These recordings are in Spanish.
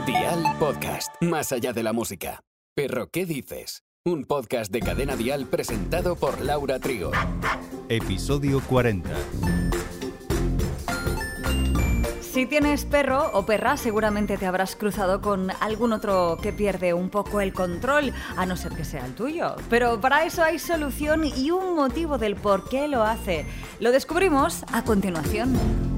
Dial Podcast, más allá de la música. Pero ¿qué dices? Un podcast de Cadena Dial presentado por Laura Trigo. Episodio 40. Si tienes perro o perra, seguramente te habrás cruzado con algún otro que pierde un poco el control, a no ser que sea el tuyo. Pero para eso hay solución y un motivo del por qué lo hace. Lo descubrimos a continuación.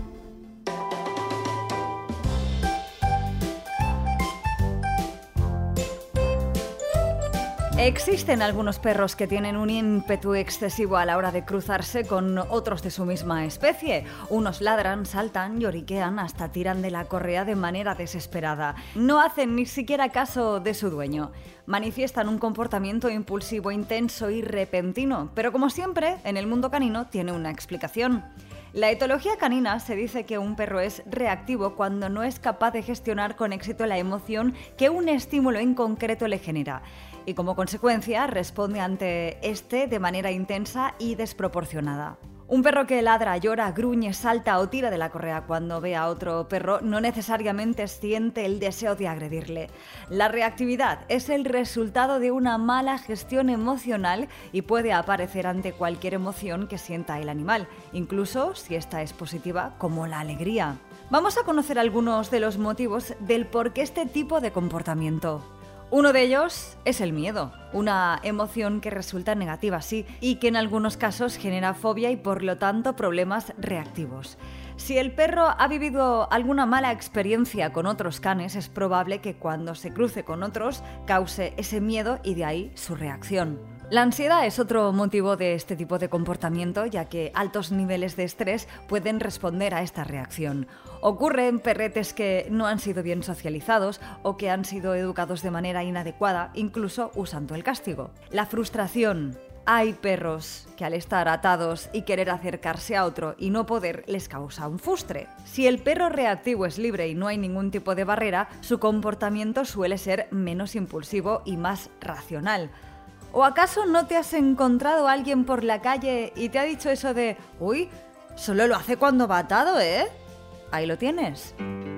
Existen algunos perros que tienen un ímpetu excesivo a la hora de cruzarse con otros de su misma especie. Unos ladran, saltan, lloriquean, hasta tiran de la correa de manera desesperada. No hacen ni siquiera caso de su dueño. Manifiestan un comportamiento impulsivo, intenso y repentino, pero como siempre, en el mundo canino tiene una explicación. La etología canina se dice que un perro es reactivo cuando no es capaz de gestionar con éxito la emoción que un estímulo en concreto le genera y como consecuencia responde ante este de manera intensa y desproporcionada. Un perro que ladra, llora, gruñe, salta o tira de la correa cuando ve a otro perro no necesariamente siente el deseo de agredirle. La reactividad es el resultado de una mala gestión emocional y puede aparecer ante cualquier emoción que sienta el animal, incluso si esta es positiva, como la alegría. Vamos a conocer algunos de los motivos del por qué este tipo de comportamiento. Uno de ellos es el miedo, una emoción que resulta negativa, sí, y que en algunos casos genera fobia y por lo tanto problemas reactivos. Si el perro ha vivido alguna mala experiencia con otros canes, es probable que cuando se cruce con otros cause ese miedo y de ahí su reacción. La ansiedad es otro motivo de este tipo de comportamiento, ya que altos niveles de estrés pueden responder a esta reacción. Ocurre en perretes que no han sido bien socializados o que han sido educados de manera inadecuada, incluso usando el castigo. La frustración. Hay perros que al estar atados y querer acercarse a otro y no poder les causa un frustre. Si el perro reactivo es libre y no hay ningún tipo de barrera, su comportamiento suele ser menos impulsivo y más racional. ¿O acaso no te has encontrado a alguien por la calle y te ha dicho eso de «Uy, solo lo hace cuando va atado, ¿eh?» Ahí lo tienes.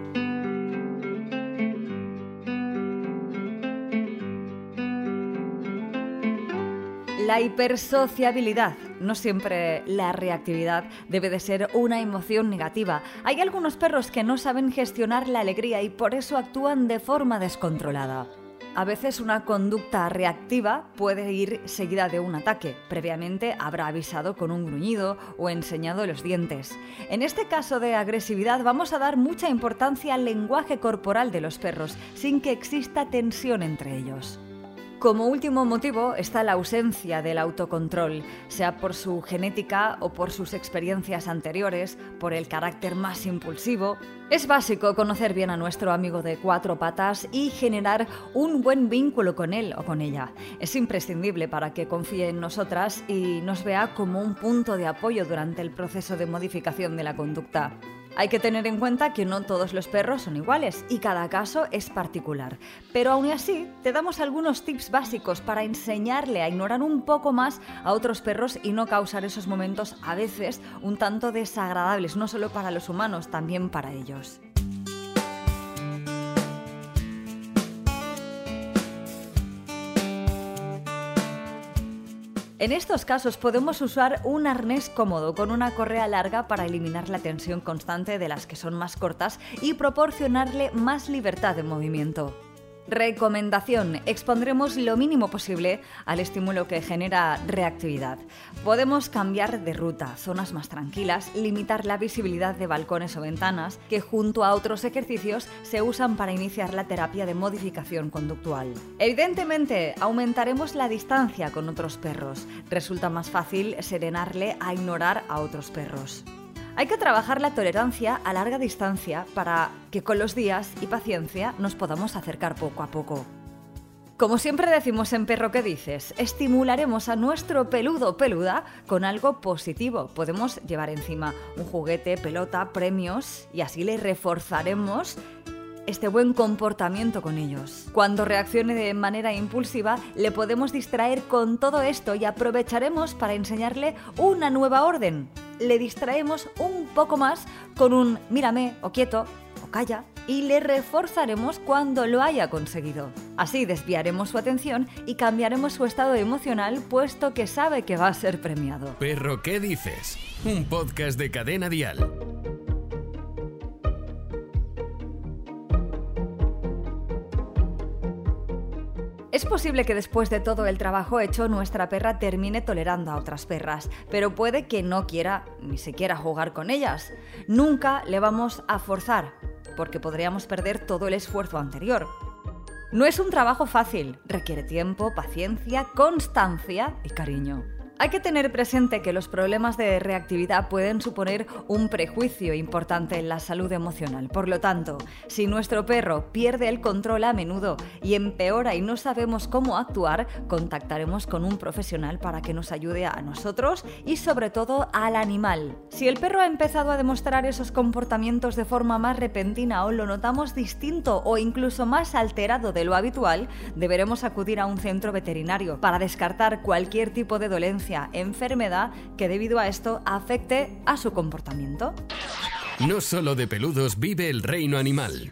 La hipersociabilidad, no siempre la reactividad, debe de ser una emoción negativa. Hay algunos perros que no saben gestionar la alegría y por eso actúan de forma descontrolada. A veces una conducta reactiva puede ir seguida de un ataque. Previamente habrá avisado con un gruñido o enseñado los dientes. En este caso de agresividad vamos a dar mucha importancia al lenguaje corporal de los perros, sin que exista tensión entre ellos. Como último motivo está la ausencia del autocontrol, sea por su genética o por sus experiencias anteriores, por el carácter más impulsivo. Es básico conocer bien a nuestro amigo de cuatro patas y generar un buen vínculo con él o con ella. Es imprescindible para que confíe en nosotras y nos vea como un punto de apoyo durante el proceso de modificación de la conducta. Hay que tener en cuenta que no todos los perros son iguales y cada caso es particular. Pero aún así, te damos algunos tips básicos para enseñarle a ignorar un poco más a otros perros y no causar esos momentos a veces un tanto desagradables, no solo para los humanos, también para ellos. En estos casos podemos usar un arnés cómodo con una correa larga para eliminar la tensión constante de las que son más cortas y proporcionarle más libertad de movimiento. Recomendación: expondremos lo mínimo posible al estímulo que genera reactividad. Podemos cambiar de ruta, zonas más tranquilas, limitar la visibilidad de balcones o ventanas, que junto a otros ejercicios se usan para iniciar la terapia de modificación conductual. Evidentemente, aumentaremos la distancia con otros perros. Resulta más fácil serenarle a ignorar a otros perros. Hay que trabajar la tolerancia a larga distancia para que con los días y paciencia nos podamos acercar poco a poco. Como siempre decimos en Perro ¿Qué dices? Estimularemos a nuestro peludo o peluda con algo positivo. Podemos llevar encima un juguete, pelota, premios y así le reforzaremos este buen comportamiento con ellos. Cuando reaccione de manera impulsiva, le podemos distraer con todo esto y aprovecharemos para enseñarle una nueva orden. Le distraemos un poco más con un mírame o quieto o calla y le reforzaremos cuando lo haya conseguido. Así desviaremos su atención y cambiaremos su estado emocional, puesto que sabe que va a ser premiado. Perro, ¿qué dices? Un podcast de Cadena Dial. Es posible que después de todo el trabajo hecho, nuestra perra termine tolerando a otras perras, pero puede que no quiera ni siquiera jugar con ellas. Nunca le vamos a forzar, porque podríamos perder todo el esfuerzo anterior. No es un trabajo fácil, requiere tiempo, paciencia, constancia y cariño. Hay que tener presente que los problemas de reactividad pueden suponer un prejuicio importante en la salud emocional. Por lo tanto, si nuestro perro pierde el control a menudo y empeora y no sabemos cómo actuar, contactaremos con un profesional para que nos ayude a nosotros y sobre todo al animal. Si el perro ha empezado a demostrar esos comportamientos de forma más repentina o lo notamos distinto o incluso más alterado de lo habitual, deberemos acudir a un centro veterinario para descartar cualquier tipo de dolencia, enfermedad que debido a esto afecte a su comportamiento. No solo de peludos vive el reino animal.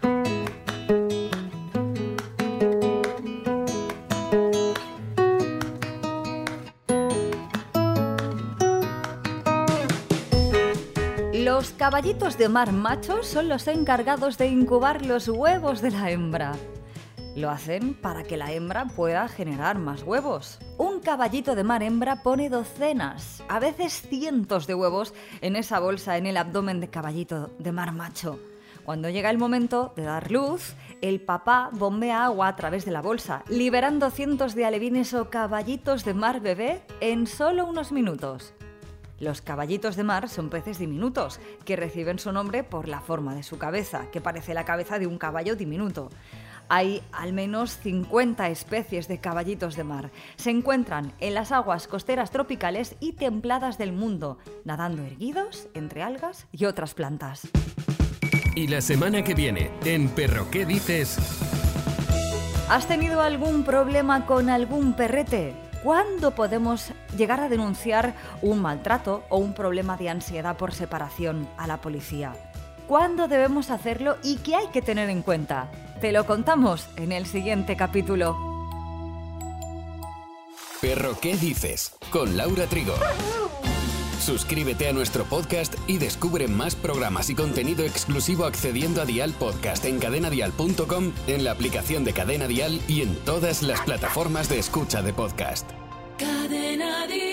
Los caballitos de mar machos son los encargados de incubar los huevos de la hembra. Lo hacen para que la hembra pueda generar más huevos. Un caballito de mar hembra pone docenas, a veces cientos de huevos en esa bolsa en el abdomen de caballito de mar macho. Cuando llega el momento de dar luz, el papá bombea agua a través de la bolsa, liberando cientos de alevines o caballitos de mar bebé en solo unos minutos. Los caballitos de mar son peces diminutos, que reciben su nombre por la forma de su cabeza, que parece la cabeza de un caballo diminuto. Hay al menos 50 especies de caballitos de mar. Se encuentran en las aguas costeras tropicales y templadas del mundo, nadando erguidos entre algas y otras plantas. Y la semana que viene, en Perro, ¿qué dices? ¿Has tenido algún problema con algún perrete? ¿Cuándo podemos llegar a denunciar un maltrato o un problema de ansiedad por separación a la policía? ¿Cuándo debemos hacerlo y qué hay que tener en cuenta? Te lo contamos en el siguiente capítulo. Perro, ¿qué dices? Con Laura Trigo. Suscríbete a nuestro podcast y descubre más programas y contenido exclusivo accediendo a Dial Podcast en cadenadial.com, en la aplicación de Cadena Dial y en todas las plataformas de escucha de podcast. Cadena Dial.